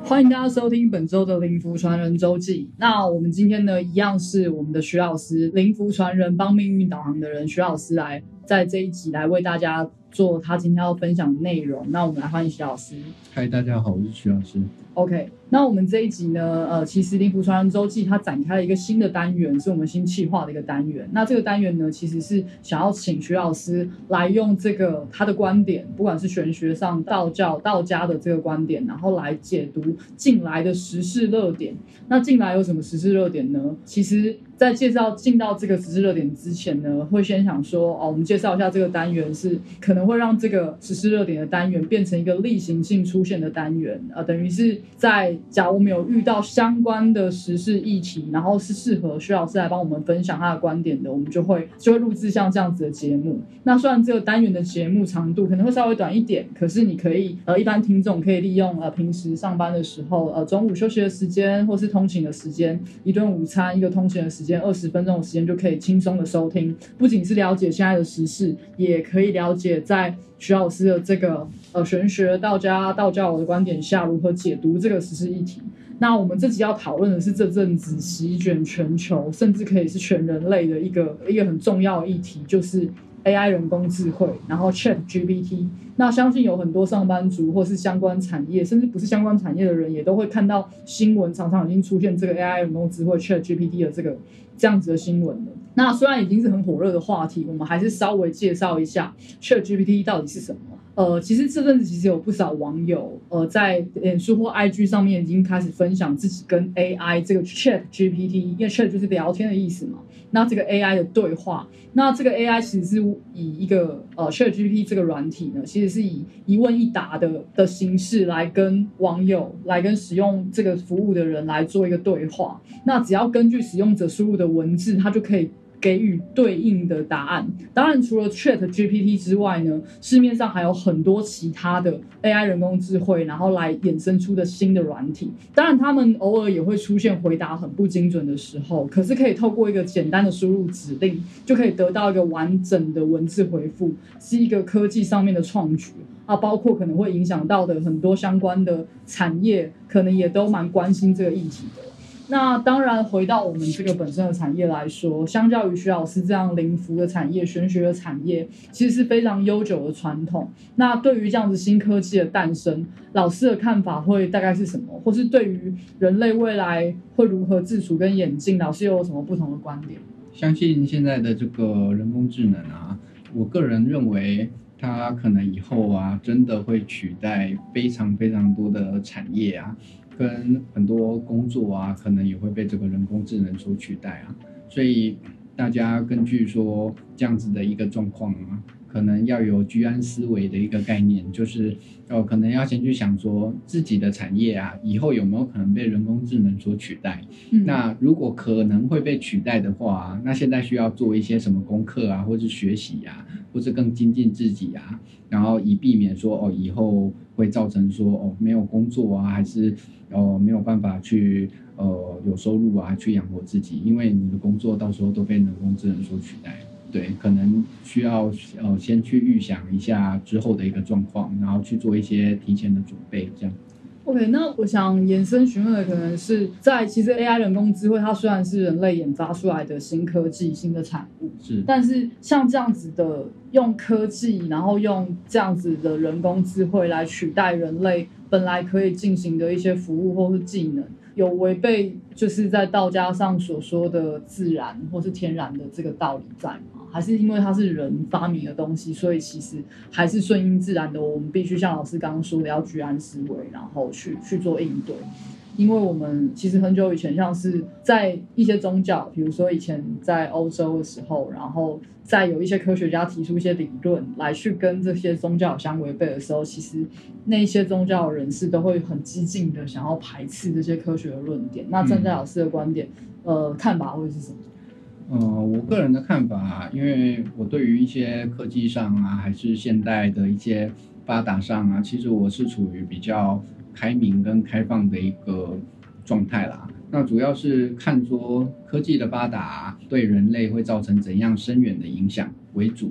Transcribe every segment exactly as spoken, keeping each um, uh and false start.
欢迎大家收听本周的灵符传人周记。那我们今天呢，一样是我们的徐老师，灵符传人帮命运导航的人徐老师来在这一集来为大家做他今天要分享的内容。那我们来欢迎徐老师。 嗨，大家好，我是徐老师。 OK， 那我们这一集呢，呃，其实灵符传人周记它展开了一个新的单元，是我们新企划的一个单元。那这个单元呢，其实是想要请徐老师来用这个他的观点，不管是玄学上道教道家的这个观点，然后来解读近来的时事热点。那近来有什么时事热点呢？其实在介绍进到这个时事热点之前呢，会先想说，哦，我们介绍一下这个单元是可能会让这个时事热点的单元变成一个例行性出现的单元，呃，等于是在假如我们有遇到相关的时事议题，然后是适合徐老师来帮我们分享他的观点的，我们就会就会录制像这样子的节目。那虽然这个单元的节目长度可能会稍微短一点，可是你可以呃，一般听众可以利用呃平时上班的时候，呃中午休息的时间，或是通勤的时间，一顿午餐一个通勤的时间，二十分钟的时间就可以轻松的收听，不仅是了解现在的时事，也可以了解在徐老师的这个呃玄学道家道教的观点下如何解读这个时事议题。那我们这集要讨论的是这阵子席卷全球，甚至可以是全人类的一个一个很重要的议题，就是 A I 人工智慧，然后 Chat G P T。那相信有很多上班族或是相关产业，甚至不是相关产业的人，也都会看到新闻，常常已经出现这个 A I 人工智慧 Chat G P T 的这个这样子的新闻了。那虽然已经是很火热的话题，我们还是稍微介绍一下 Chat G P T 到底是什么。呃，其实这阵子其实有不少网友呃在脸书或 I G 上面已经开始分享自己跟 A I 这个 Chat G P T， 因为 Chat 就是聊天的意思嘛。那这个 A I 的对话，那这个 A I 其实是以一个呃 Chat G P T 这个软体呢，其实是以一问一答的的形式来跟网友、来跟使用这个服务的人来做一个对话。那只要根据使用者输入的文字，它就可以给予对应的答案。当然除了 Chat G P T 之外呢，市面上还有很多其他的 A I 人工智慧，然后来衍生出的新的软体。当然他们偶尔也会出现回答很不精准的时候，可是可以透过一个简单的输入指令，就可以得到一个完整的文字回复，是一个科技上面的创举啊，包括可能会影响到的很多相关的产业，可能也都蛮关心这个议题的。那当然回到我们这个本身的产业来说，相较于徐老师这样灵符的产业、玄学的产业，其实是非常悠久的传统。那对于这样子新科技的诞生，老师的看法会大概是什么？或是对于人类未来会如何自处跟演进，老师又有什么不同的观点？ 相信现在的这个人工智能啊，我个人认为它可能以后啊，真的会取代非常非常多的产业啊。跟很多工作啊，可能也会被这个人工智能所取代啊，所以大家根据说这样子的一个状况啊，可能要有居安思危的一个概念，就是呃，可能要先去想说自己的产业啊，以后有没有可能被人工智能所取代？嗯、那如果可能会被取代的话，那现在需要做一些什么功课啊，或是学习啊，或是更精进自己啊，然后以避免说哦，以后会造成说哦没有工作啊，还是哦没有办法去呃有收入啊，去养活自己，因为你的工作到时候都被人工智能所取代。对，可能需要呃先去预想一下之后的一个状况，然后去做一些提前的准备，这样。 OK， 那我想延伸询问的可能是在其实 A I 人工智慧它虽然是人类研发出来的新科技、新的产物， 是， 但是像这样子的用科技，然后用这样子的人工智慧来取代人类本来可以进行的一些服务或是技能，有违背就是在道家上所说的自然或是天然的这个道理在吗？还是因为它是人发明的东西，所以其实还是顺应自然的，我们必须像老师刚刚说的要居安思危，然后去去做应对。因为我们其实很久以前像是在一些宗教，比如说以前在欧洲的时候，然后在有一些科学家提出一些理论来去跟这些宗教相违背的时候，其实那一些宗教人士都会很激进的想要排斥这些科学的论点。那站在老师的观点，呃，看法会是什么？ 呃，我个人的看法，因为我对于一些科技上啊，还是现代的一些发达上啊，其实我是处于比较开明跟开放的一个状态啦。那主要是看说科技的发达对人类会造成怎样深远的影响为主。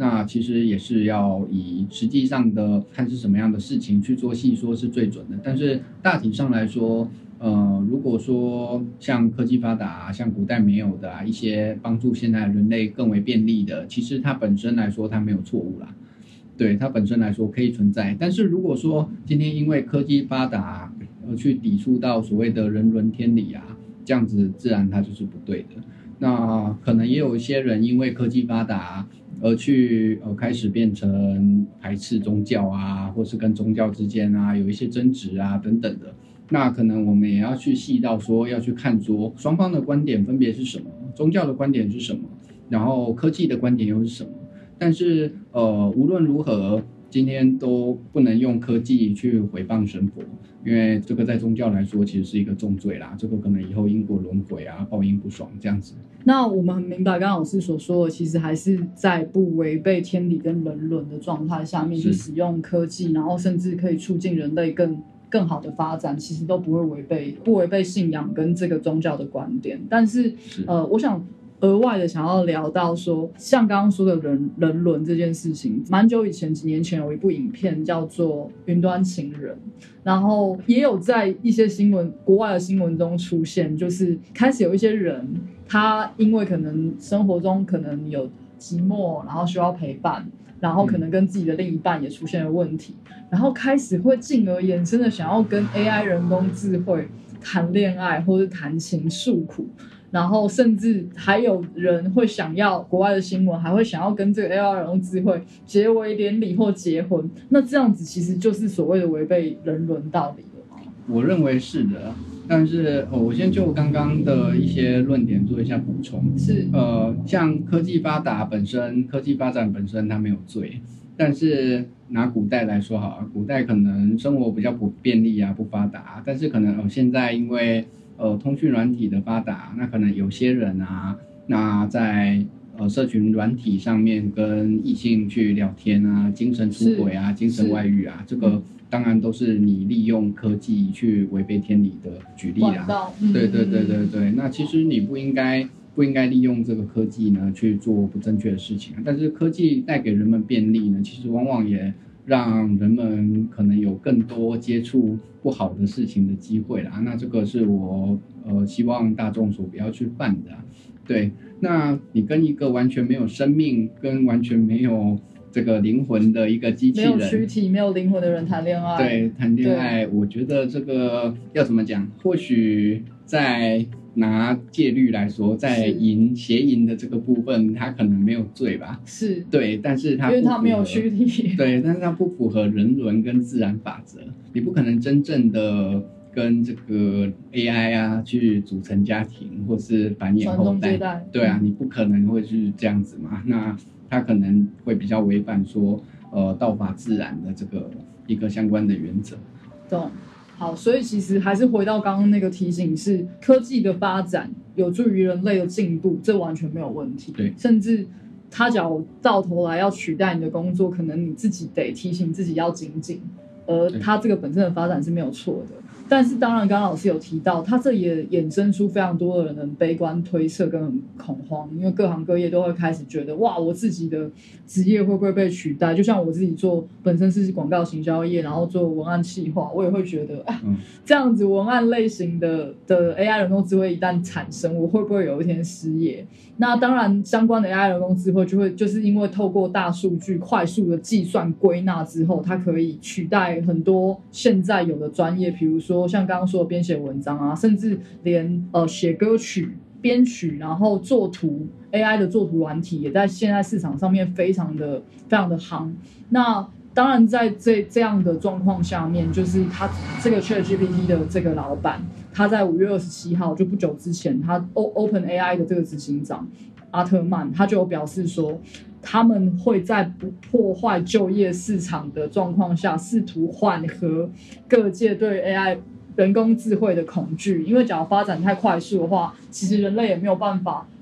那其实也是要以实际上的看是什么样的事情去做细说是最准的。但是大体上来说，呃，如果说像科技发达啊，像古代没有的啊，一些帮助现在人类更为便利的，其实它本身来说它没有错误啦。对，它本身来说可以存在。但是如果说今天因为科技发达而去抵触到所谓的人伦天理啊，这样子自然它就是不对的。那可能也有一些人因为科技发达而去呃开始变成排斥宗教啊，或是跟宗教之间啊有一些争执啊等等的。那可能我们也要去细到说要去看说双方的观点分别是什么，宗教的观点是什么，然后科技的观点又是什么。但是呃无论如何今天都不能用科技去诽谤神佛，因为这个在宗教来说其实是一个重罪啦，这个可能以后因果轮回啊，报应不爽这样子。 那我们很明白刚刚老师所说的，其实还是在不违背天理跟人伦的状态下面去使用科技，然后甚至可以促进人类更更好的发展，其实都不会违背不违背信仰跟这个宗教的观点。但是呃，我想额外的想要聊到说，像刚刚说的人人伦这件事情，蛮久以前几年前有一部影片叫做《云端情人》，然后也有在一些新闻国外的新闻中出现，就是开始有一些人他因为可能生活中可能有寂寞，然后需要陪伴，然后可能跟自己的另一半也出现了问题，然后开始会进而延伸的想要跟 A I 人工智慧谈恋爱或是谈情诉苦，然后甚至还有人会想要，国外的新闻还会想要跟这个 A I 人工智慧结为连理或结婚，那这样子其实就是所谓的违背人伦道理了吗？ 我认为是的，但是、哦、我先就刚刚的一些论点做一下补充。 是呃，像科技发达本身，科技发展本身它没有罪，但是拿古代来说好了，古代可能生活比较不便利啊，不发达，但是可能、哦、现在因为呃通讯软体的发达，那可能有些人啊，那在呃社群软体上面跟异性去聊天啊，精神出轨啊，精神外遇啊，这个当然都是你利用科技去违背天理的举例啦。 嗯、 对对对对对，那其实你不应该不应该利用这个科技呢去做不正确的事情，但是科技带给人们便利呢，其实往往也让人们可能有更多接触不好的事情的机会啦。那这个是我呃希望大众所不要去犯的、啊。对，那你跟一个完全没有生命跟完全没有这个灵魂的一个机器人， 没有躯体没有灵魂的人谈恋爱， 对，谈恋爱，我觉得这个要怎么讲？或许在拿戒律来说，在淫邪淫的这个部分，他可能没有罪吧？ 是， 对，但是他因为他没有躯体， 对，但是他不符合人伦跟自然法则，你不可能真正的跟这个 A I 啊去组成家庭或是繁衍后代，对啊，你不可能会是这样子嘛？那他可能会比较违反说，呃，道法自然的这个一个相关的原则。 懂。好，所以其实还是回到刚刚那个提醒，是科技的发展有助于人类的进步，这完全没有问题。 对， 甚至他只要到头来要取代你的工作，可能你自己得提醒自己要精进，而他这个本身的发展是没有错的。但是当然刚刚老师有提到，他这也衍生出非常多的人的悲观推测跟恐慌，因为各行各业都会开始觉得，哇，我自己的职业会不会被取代？就像我自己做本身是广告行销业，然后做文案企划，我也会觉得啊，嗯、这样子文案类型的的 A I 人工智慧一旦产生，我会不会有一天失业？那当然相关的 A I 人工智慧就会就是因为透过大数据快速的计算归纳之后，它可以取代很多现在有的专业，比如说像刚刚说的编写文章啊，甚至连呃写歌曲编曲然后做图 A I 的做图软体也在现在市场上面非常的非常的夯。那当然在这这样的状况下面，就是他这个 ChatGPT 的这个老板，他在五月二十七号就不久之前，他 OpenAI 的这个执行长阿特曼他就有表示说，他们会在不破坏就业市场的状况下，试图缓和各界对 A I 人工智慧的恐惧。因为假如发展太快速的话，其实人类也没有办法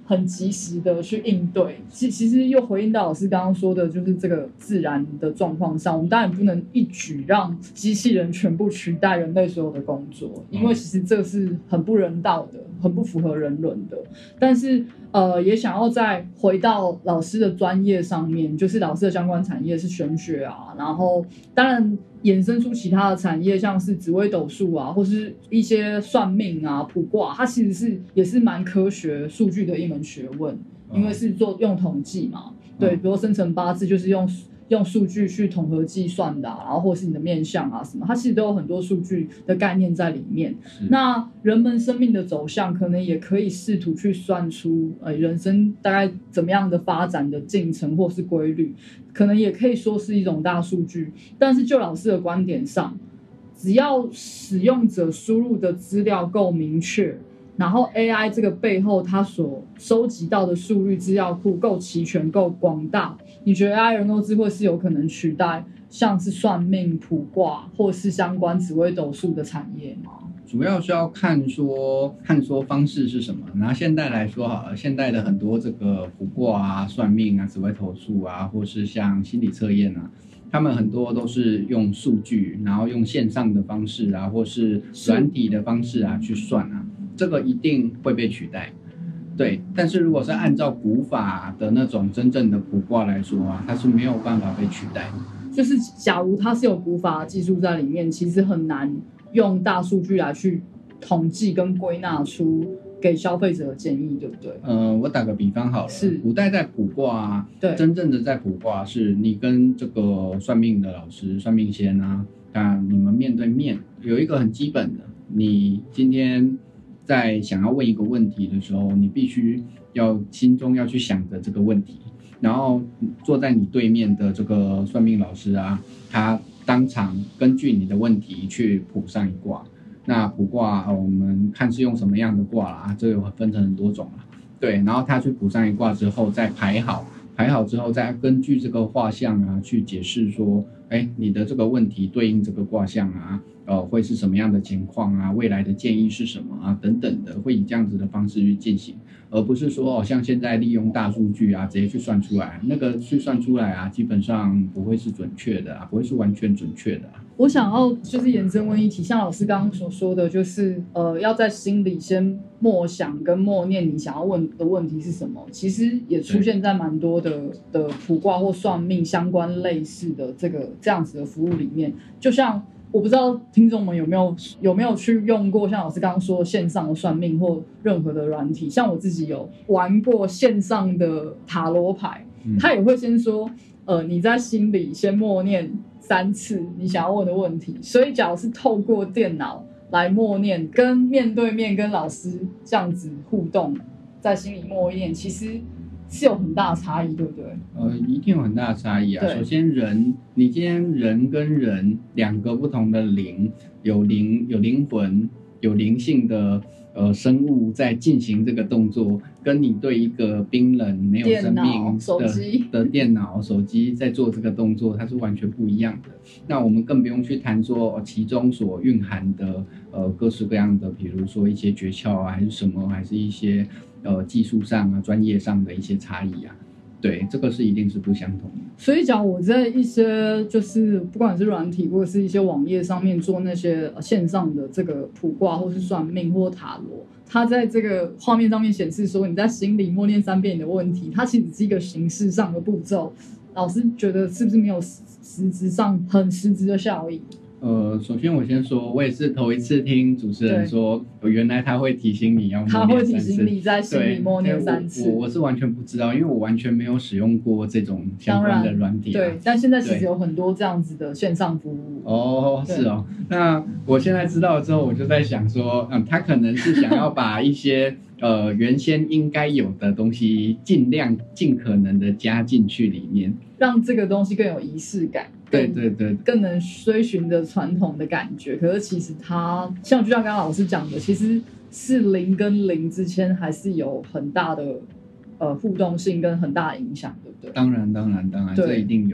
很及时的去应对。其其实又回应到老师刚刚说的，就是这个自然的状况上，我们当然不能一举让机器人全部取代人类所有的工作，因为其实这是很不人道的，很不符合人伦的。但是呃，也想要再回到老师的专业上面，就是老师的相关产业是玄学啊，然后当然衍生出其他的产业，像是紫微斗数啊，或是一些算命啊、卜卦，它其实是也是蛮科学数据的一门学问，因为是做用统计嘛，对，比如生辰八字就是用。用数据去统合计算的、啊，然后或是你的面相啊什么，它其实都有很多数据的概念在里面。那人们生命的走向，可能也可以试图去算出呃人生大概怎么样的发展的进程或是规律，可能也可以说是一种大数据。但是就老师的观点上，只要使用者输入的资料够明确。然后 A I 这个背后它所收集到的数据资料库够齐全够广大，你觉得 A I 人工智慧是有可能取代像是算命卜卦或是相关紫微斗数的产业吗？ 主要是要看说看说方式是什么。拿现代来说好了，现代的很多这个卜卦啊、算命啊、紫微斗数啊，或是像心理测验啊，他们很多都是用数据，然后用线上的方式啊，或是软体的方式啊去算啊。这个一定会被取代，对。但是如果是按照古法的那种真正的卜卦来说啊，它是没有办法被取代。 就是假如它是有古法技术在里面，其实很难用大数据来去统计跟归纳出给消费者的建议，对不对？ 呃，我打个比方好了， 是古代在卜卦啊， 对， 真正的在卜卦是你跟这个算命的老师、算命仙啊，啊，你们面对面，有一个很基本的，你今天。在想要问一个问题的时候，你必须要心中要去想着这个问题，然后坐在你对面的这个算命老师啊，他当场根据你的问题去卜上一卦。那卜卦、哦、我们看是用什么样的卦啦，这有分成很多种啦。对，然后他去卜上一卦之后，再排好，排好之后再根据这个卦象啊去解释说，哎，你的这个问题对应这个卦象啊。呃，会是什么样的情况啊？未来的建议是什么啊？等等的，会以这样子的方式去进行，而不是说哦，像现在利用大数据啊，直接去算出来，那个去算出来啊，基本上不会是准确的啊，不会是完全准确的啊。 我想要就是延伸问一题，像老师刚刚所说的，就是呃，要在心里先默想跟默念你想要问的问题是什么，其实也出现在蛮多的的卜卦或算命相关类似的这个这样子的服务里面，就像。我不知道听众们有没有有没有去用过像老师刚刚说线上的算命或任何的软体，像我自己有玩过线上的塔罗牌，他也会先说，呃，你在心里先默念三次你想要问的问题，所以假如是透过电脑来默念，跟面对面跟老师这样子互动，在心里默念，其实。是有很大的差异，对不对？ 呃，一定有很大的差异啊。首先人，你今天人跟人两个不同的灵，有灵有灵魂、有灵性的呃生物在进行这个动作，跟你对一个冰冷没有生命的手机的电脑、手机在做这个动作，它是完全不一样的。那我们更不用去谈说、呃、其中所蕴含的呃各式各样的，比如说一些诀窍啊，还是什么，还是一些。呃，技术上啊，专业上的一些差异啊，对，这个是一定是不相同的。 所以讲我在一些就是不管是软体或者是一些网页上面做那些线上的这个卜卦或是算命或塔罗，它在这个画面上面显示说你在心里默念三遍你的问题，它其实只是一个形式上的步骤。老师觉得是不是没有实质上很实质的效益？ 呃，首先我先说，我也是头一次听主持人说，原来他会提醒你要默念三次， 他会提醒你在心里默念三次。 我 我, 我是完全不知道，因为我完全没有使用过这种相关的软体、啊。 对，但现在其实有很多这样子的线上服务。 哦，是哦。那我现在知道了之后，我就在想说，嗯，他可能是想要把一些呃原先应该有的东西，尽量尽可能的加进去里面， 让这个东西更有仪式感。 对对对， 更能追寻的传统的感觉。可是其实它像就像刚刚老师讲的，其实是零跟零之间还是有很大的呃互动性跟很大的影响，对不对？ 当然当然当然，这一定有。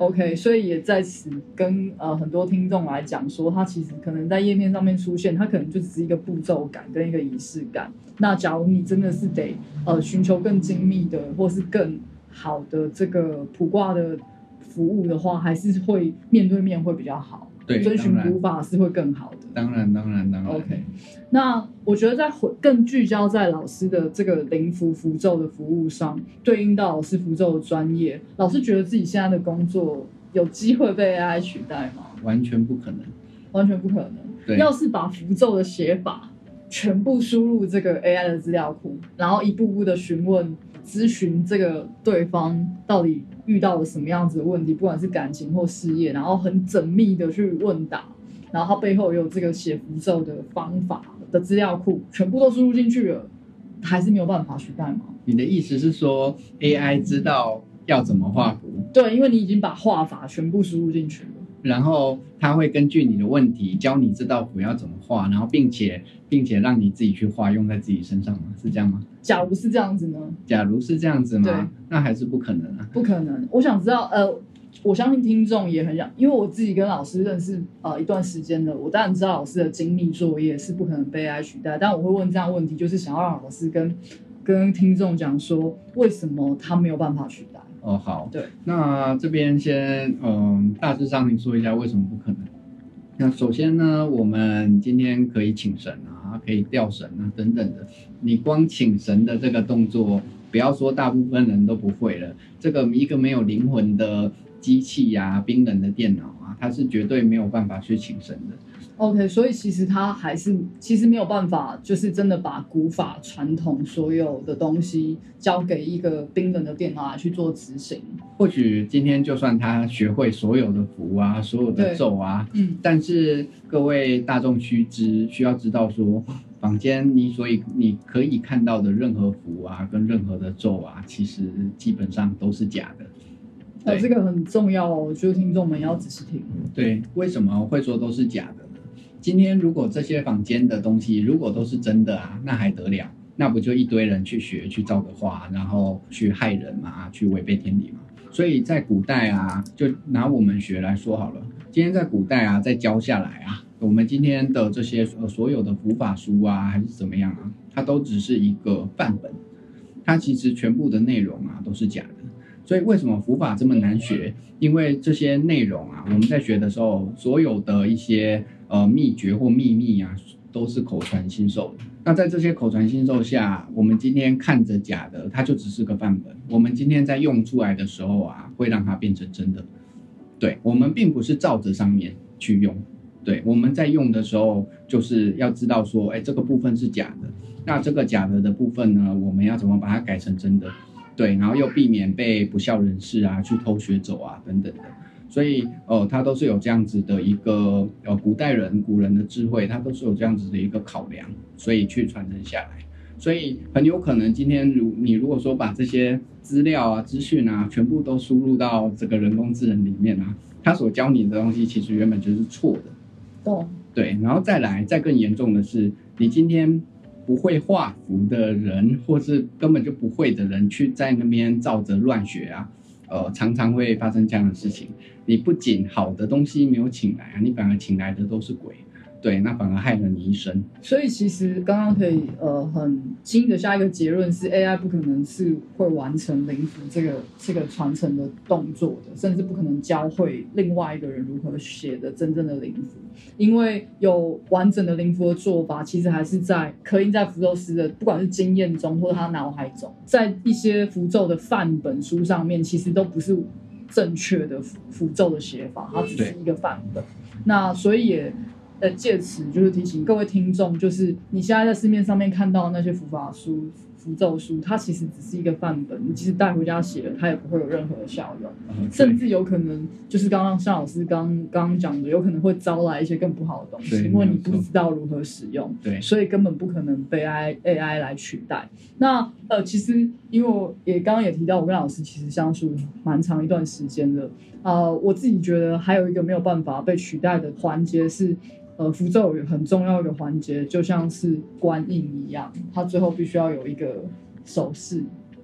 OK， 所以也在此跟呃很多听众来讲说，它其实可能在页面上面出现，它可能就只是一个步骤感跟一个仪式感。那假如你真的是得呃寻求更精密的或是更好的这个卜卦的服务的话，还是会面对面会比较好。 对， 遵循古法是会更好的。 当然，当然，当然。 OK， 那我觉得在更聚焦在老师的这个灵符符咒的服务上，对应到老师符咒的专业，老师觉得自己现在的工作有机会被 A I 取代吗？ 完全不可能， 完全不可能。 对， 要是把符咒的写法全部输入这个 A I 的资料库，然后一步步的询问、咨询这个对方到底遇到了什么样子的问题，不管是感情或事业，然后很缜密的去问答，然后它背后有这个写符咒的方法的资料库，全部都输入进去了，还是没有办法取代吗？ 你的意思是说 A I 知道要怎么画符？ 对，因为你已经把画法全部输入进去了。 然后他会根据你的问题教你这道符要怎么画，然后并且并且让你自己去画，用在自己身上吗？是这样吗？ 假如是这样子呢？ 假如是这样子吗？那还是不可能啊。 不可能。我想知道，呃，我相信听众也很想，因为我自己跟老师认识呃一段时间了，我当然知道老师的精密作业是不可能被 A I 取代，但我会问这样的问题，就是想要让老师跟跟听众讲说，为什么他没有办法取代。 哦，好， 对， 那这边先嗯大致上说一下为什么不可能。那首先呢，我们今天可以请神啊，可以吊神啊等等的。你光请神的这个动作，不要说大部分人都不会了，这个一个没有灵魂的机器啊，冰冷的电脑啊，它是绝对没有办法去请神的。 OK， 所以其实他还是其实没有办法，就是真的把古法传统所有的东西交给一个冰冷的电脑来去做执行。 或许今天就算他学会所有的符啊，所有的咒啊，嗯，但是各位大众须知，需要知道说，坊间你所以你可以看到的任何符啊，跟任何的咒啊，其实基本上都是假的。 哦，这个很重要哦，我觉得听众们要仔细听。 对，为什么会说都是假的呢？今天如果这些坊间的东西如果都是真的啊，那还得了？那不就一堆人去学去照个画，然后去害人嘛，去违背天理嘛？所以在古代啊，就拿我们学来说好了。今天在古代啊，再教下来啊，我们今天的这些呃所有的符法书啊，还是怎么样啊，它都只是一个范本，它其实全部的内容啊都是假的。所以为什么符法这么难学？因为这些内容啊，我们在学的时候，所有的一些呃秘诀或秘密啊，都是口传心授的。那在这些口传心授下，我们今天看着假的，它就只是个范本。我们今天在用出来的时候啊，会让它变成真的。对，我们并不是照着上面去用。对，我们在用的时候，就是要知道说，哎，这个部分是假的。那这个假的的部分呢，我们要怎么把它改成真的？对，然后又避免被不孝人士啊去偷学走啊等等的，所以呃，它都是有这样子的一个呃古代人古人的智慧，它都是有这样子的一个考量，所以去传承下来。所以很有可能今天如你如果说把这些资料啊、资讯啊全部都输入到这个人工智能里面啊，它所教你的东西其实原本就是错的。 懂。 对，然后再来，再更严重的是，你今天不会画符的人，或是根本就不会的人，去在那边照着乱学啊，呃，常常会发生这样的事情。你不仅好的东西没有请来啊，你反而请来的都是鬼，对，那反而害了你一生。 所以其实刚刚可以呃很轻易的下一个结论是 ，A I 不可能是会完成灵符这个这个传承的动作的，甚至不可能教会另外一个人如何写的真正的灵符，因为有完整的灵符的做法，其实还是在刻印在符咒师的不管是经验中或者他脑海中，在一些符咒的范本书上面，其实都不是正确的符符咒的写法，它只是一个范本。那所以也。呃，借此就是提醒各位听众，就是你现在在市面上面看到的那些符法书、符咒书，它其实只是一个范本，你即使带回家写了，它也不会有任何的效用，嗯、甚至有可能就是刚刚夏老师刚刚刚讲的，有可能会招来一些更不好的东西，因为你不知道如何使用， 对， 所以根本不可能被 A I 来取代。那呃，其实因为我也刚刚也提到，我跟老师其实相处蛮长一段时间了，呃，我自己觉得还有一个没有办法被取代的环节是。呃，符咒有很重要一个环节，就像是观印一样，它最后必须要有一个手势，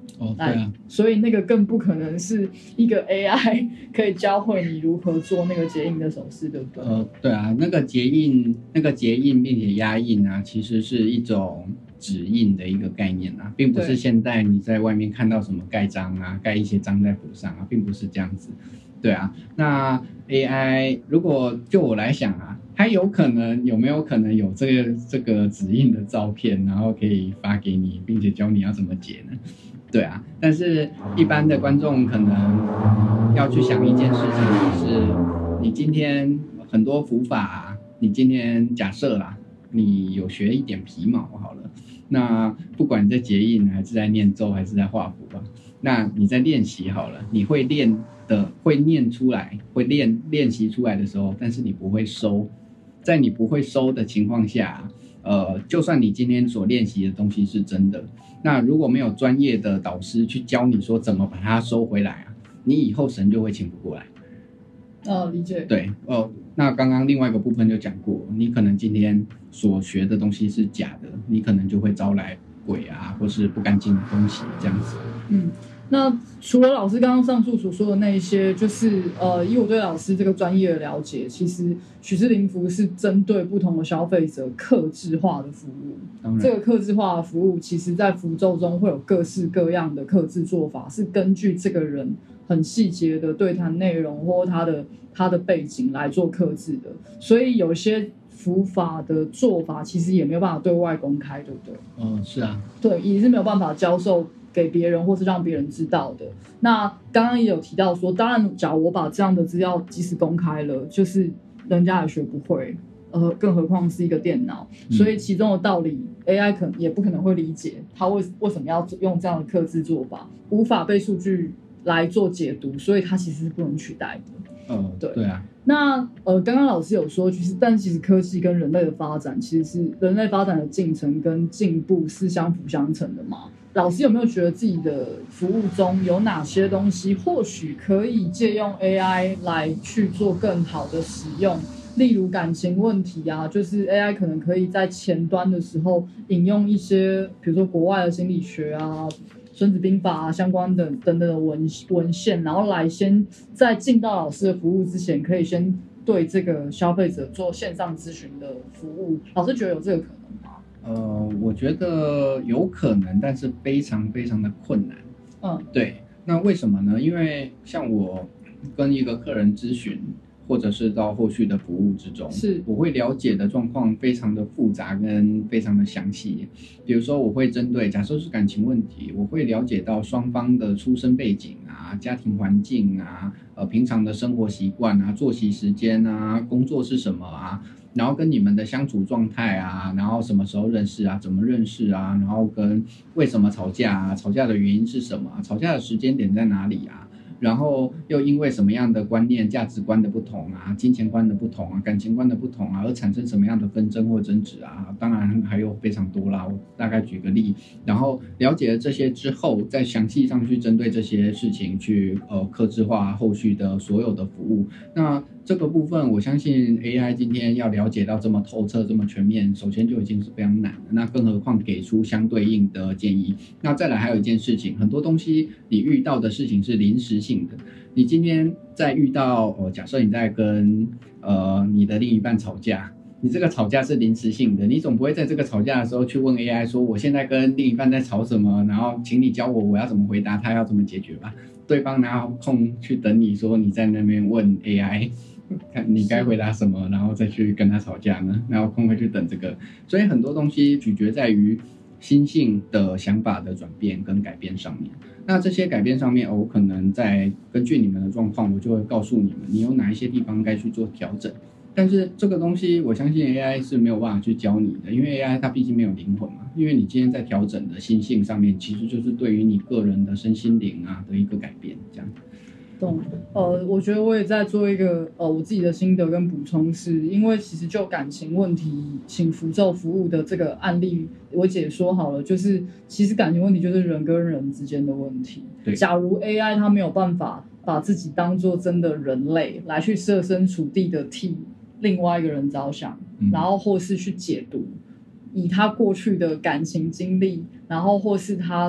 哦，对啊， 所以那个更不可能是一个 A I 可以教会你如何做那个结印的手势，对不对？ 呃，对啊，那个结印，那个结印并且压印啊，其实是一种指印的一个概念啊，并不是现在你在外面看到什么盖章啊，盖一些章在谱上啊，并不是这样子。对啊，那 A I 如果就我来想啊，它有可能有没有可能有这个这个指印的照片，然后可以发给你，并且教你要怎么解呢？对啊，但是一般的观众可能要去想一件事情，就是你今天很多符法啊，你今天假设啦，你有学一点皮毛好了，那不管你在结印还是在念咒还是在画符吧，那你在练习好了，你会练的会念出来，会练练习出来的时候，但是你不会收，在你不会收的情况下，呃，就算你今天所练习的东西是真的，那如果没有专业的导师去教你说怎么把它收回来啊，你以后神就会请不过来。 哦，理解。 对哦，那刚刚另外一个部分就讲过，你可能今天所学的东西是假的，你可能就会招来鬼啊，或是不干净的东西这样子。 嗯，那除了老师刚刚上述所说的那一些，就是呃，以我对老师这个专业的了解，其实许氏灵服是针对不同的消费者客制化的服务。这个客制化的服务，其实在符咒中会有各式各样的客制做法，是根据这个人很细节的对谈内容或他的他的背景来做客制的。所以有些符法的做法其实也没有办法对外公开，对不对？ 嗯，是啊， 对，也是没有办法教授给别人或是让别人知道的。那刚刚也有提到说，当然，假如我把这样的资料即使公开了，就是人家也学不会，呃，更何况是一个电脑。所以其中的道理 ，A I 可能也不可能会理解，它为为什么要用这样的客制做法，无法被数据来做解读，所以它其实是不能取代的。 嗯，对对啊。 那呃，刚刚老师有说，其实但其实科技跟人类的发展，其实是人类发展的进程跟进步是相辅相成的嘛？老师有没有觉得自己的服务中有哪些东西，或许可以借用 A I 来去做更好的使用？例如感情问题啊，就是 A I 可能可以在前端的时候引用一些，比如说国外的心理学啊。孙子兵法、啊、相关的等等的 文, 文献，然后来先在进到老师的服务之前，可以先对这个消费者做线上咨询的服务。老师觉得有这个可能吗？ 呃，我觉得有可能，但是非常非常的困难。 嗯， 对。那为什么呢？因为像我跟一个客人咨询，或者是到后续的服务之中， 是我会了解的状况非常的复杂跟非常的详细。比如说，我会针对假设是感情问题，我会了解到双方的出生背景啊、家庭环境啊、呃平常的生活习惯啊、作息时间啊、工作是什么啊，然后跟你们的相处状态啊，然后什么时候认识啊，怎么认识啊，然后跟为什么吵架啊，吵架的原因是什么，吵架的时间点在哪里啊。然后又因为什么样的观念、价值观的不同啊，金钱观的不同啊，感情观的不同啊，而产生什么样的纷争或争执啊？当然还有非常多啦，我大概举个例，然后了解了这些之后，再详细上去针对这些事情去呃客制化后续的所有的服务。那这个部分，我相信 A I 今天要了解到这么透彻、这么全面，首先就已经是非常难的。那更何况给出相对应的建议。那再来还有一件事情，很多东西你遇到的事情是临时性的。你今天在遇到，呃，假设你在跟呃你的另一半吵架，你这个吵架是临时性的，你总不会在这个吵架的时候去问 A I 说，我现在跟另一半在吵什么，然后请你教我我要怎么回答，他要怎么解决吧？对方哪有空去等你说你在那边问 A I？看你该回答什么，然后再去跟他吵架呢？然后空会去等这个，所以很多东西取决在于心性的想法的转变跟改变上面。那这些改变上面，我可能在根据你们的状况，我就会告诉你们，你有哪一些地方该去做调整。但是这个东西，我相信 A I 是没有办法去教你的，因为 A I 它毕竟没有灵魂嘛。因为你今天在调整的心性上面，其实就是对于你个人的身心灵啊的一个改变，这样。 懂，呃，我觉得我也在做一个呃我自己的心得跟补充是，因为其实就感情问题请符咒服务的这个案例，我解说好了，就是其实感情问题就是人跟人之间的问题。 对， 假如 A I 它没有办法把自己当作真的人类来去设身处地的替另外一个人着想，嗯、然后或是去解读，以他过去的感情经历，然后或是他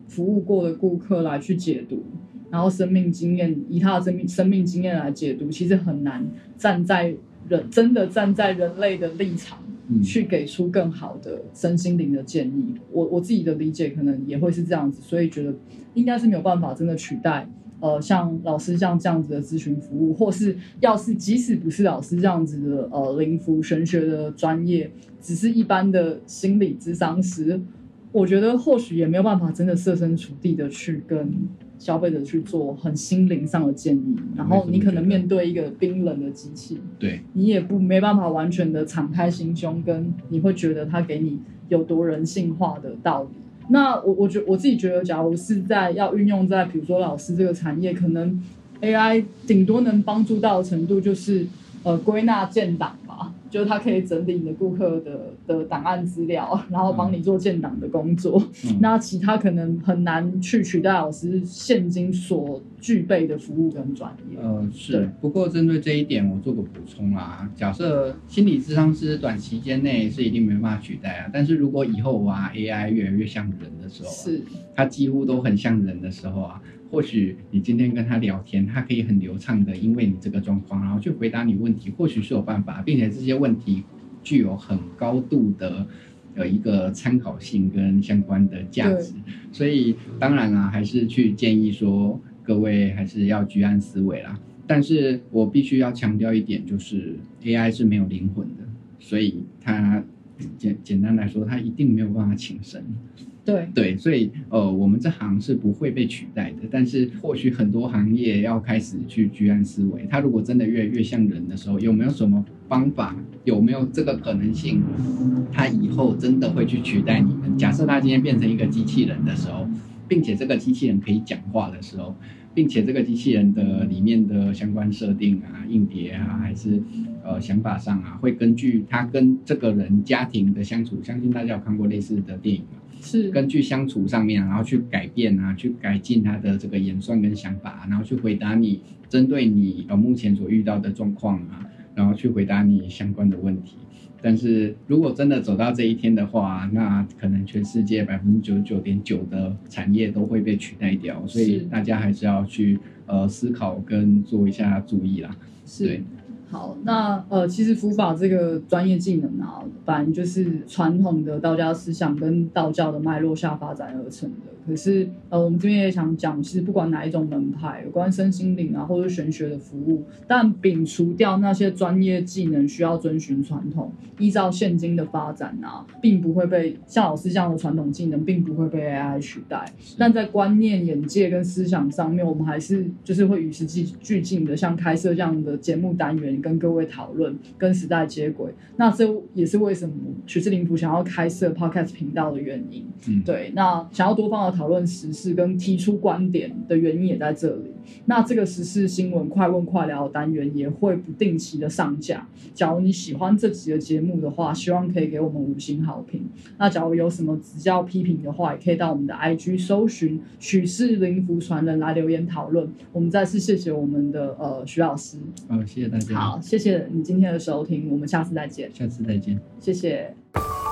服务过的顾客来去解读，然后生命经验以他的生命生命经验来解读，其实很难站在人真的站在人类的立场去给出更好的身心灵的建议。我我自己的理解可能也会是这样子，所以觉得应该是没有办法真的取代呃像老师像这样子的咨询服务，或是要是即使不是老师这样子的呃灵符玄学的专业，只是一般的心理咨商师，我觉得或许也没有办法真的设身处地的去跟消费者去做很心灵上的建议，然后你可能面对一个冰冷的机器， 对， 你也不没办法完全的敞开心胸，跟你会觉得他给你有多人性化的道理。那我我觉我自己觉得，假如是在要运用在比如说老师这个产业，可能 A I 顶多能帮助到的程度就是呃归纳建档吧，就是它可以整理你的顾客的的档案资料，然后帮你做建档的工作。嗯、那其他可能很难去取代老师现今所具备的服务跟专业。 呃，是。不过针对这一点，我做个补充啦。假设心理咨商师短期间内是一定没办法取代啊，但是如果以后啊 A I 越来越像人的时候、啊， 是它几乎都很像人的时候啊。或许你今天跟他聊天，他可以很流畅的因为你这个状况，然后去回答你问题，或许是有办法，并且这些问题具有很高度的呃一个参考性跟相关的价值。所以当然啦，还是去建议说各位还是要居安思危啦。但是我必须要强调一点，就是 A I 是没有灵魂的，所以它简简单来说，它一定没有办法请神。 对对，所以呃，我们这行是不会被取代的，但是或许很多行业要开始去居安思危。它如果真的越来越像人的时候，有没有什么方法？有没有这个可能性？它以后真的会去取代你们？假设它今天变成一个机器人的时候，并且这个机器人可以讲话的时候，并且这个机器人的里面的相关设定啊、硬碟啊，还是呃想法上啊，会根据它跟这个人家庭的相处，相信大家有看过类似的电影嘛？ 是根据相处上面、啊，然后去改变啊，去改进他的这个演算跟想法、啊，然后去回答你针对你呃目前所遇到的状况啊，然后去回答你相关的问题。但是如果真的走到这一天的话，那可能全世界百分之九十九点九的产业都会被取代掉，所以大家还是要去呃思考跟做一下注意啦。 是。对，好，那呃，其实佛法这个专业技能啊，本来就是传统的道家思想跟道教的脉络下发展而成的。可是呃，我们这边也想讲，是不管哪一种门派，有关身心灵啊，或者玄学的服务，但摒除掉那些专业技能需要遵循传统，依照现今的发展啊，并不会被像老师这样的传统技能，并不会被 A I 取代。但在观念、眼界跟思想上面，我们还是就是会与时俱进的，像开设这样的节目单元，跟各位讨论，跟时代接轨。那这也是为什么曲士灵符想要开设 Podcast 频道的原因。嗯，对，那想要多方的讨论时事跟提出观点的原因也在这里。那这个时事新闻快问快聊的单元也会不定期的上架。假如你喜欢这集的节目的话，希望可以给我们五星好评。那假如有什么指教批评的话，也可以到我们的 I G 搜寻曲士灵符传人来留言讨论。我们再次谢谢我们的呃徐老师。 好，谢谢大家。 好，谢谢你今天的收听，我们下次再见。 下次再见。 谢谢。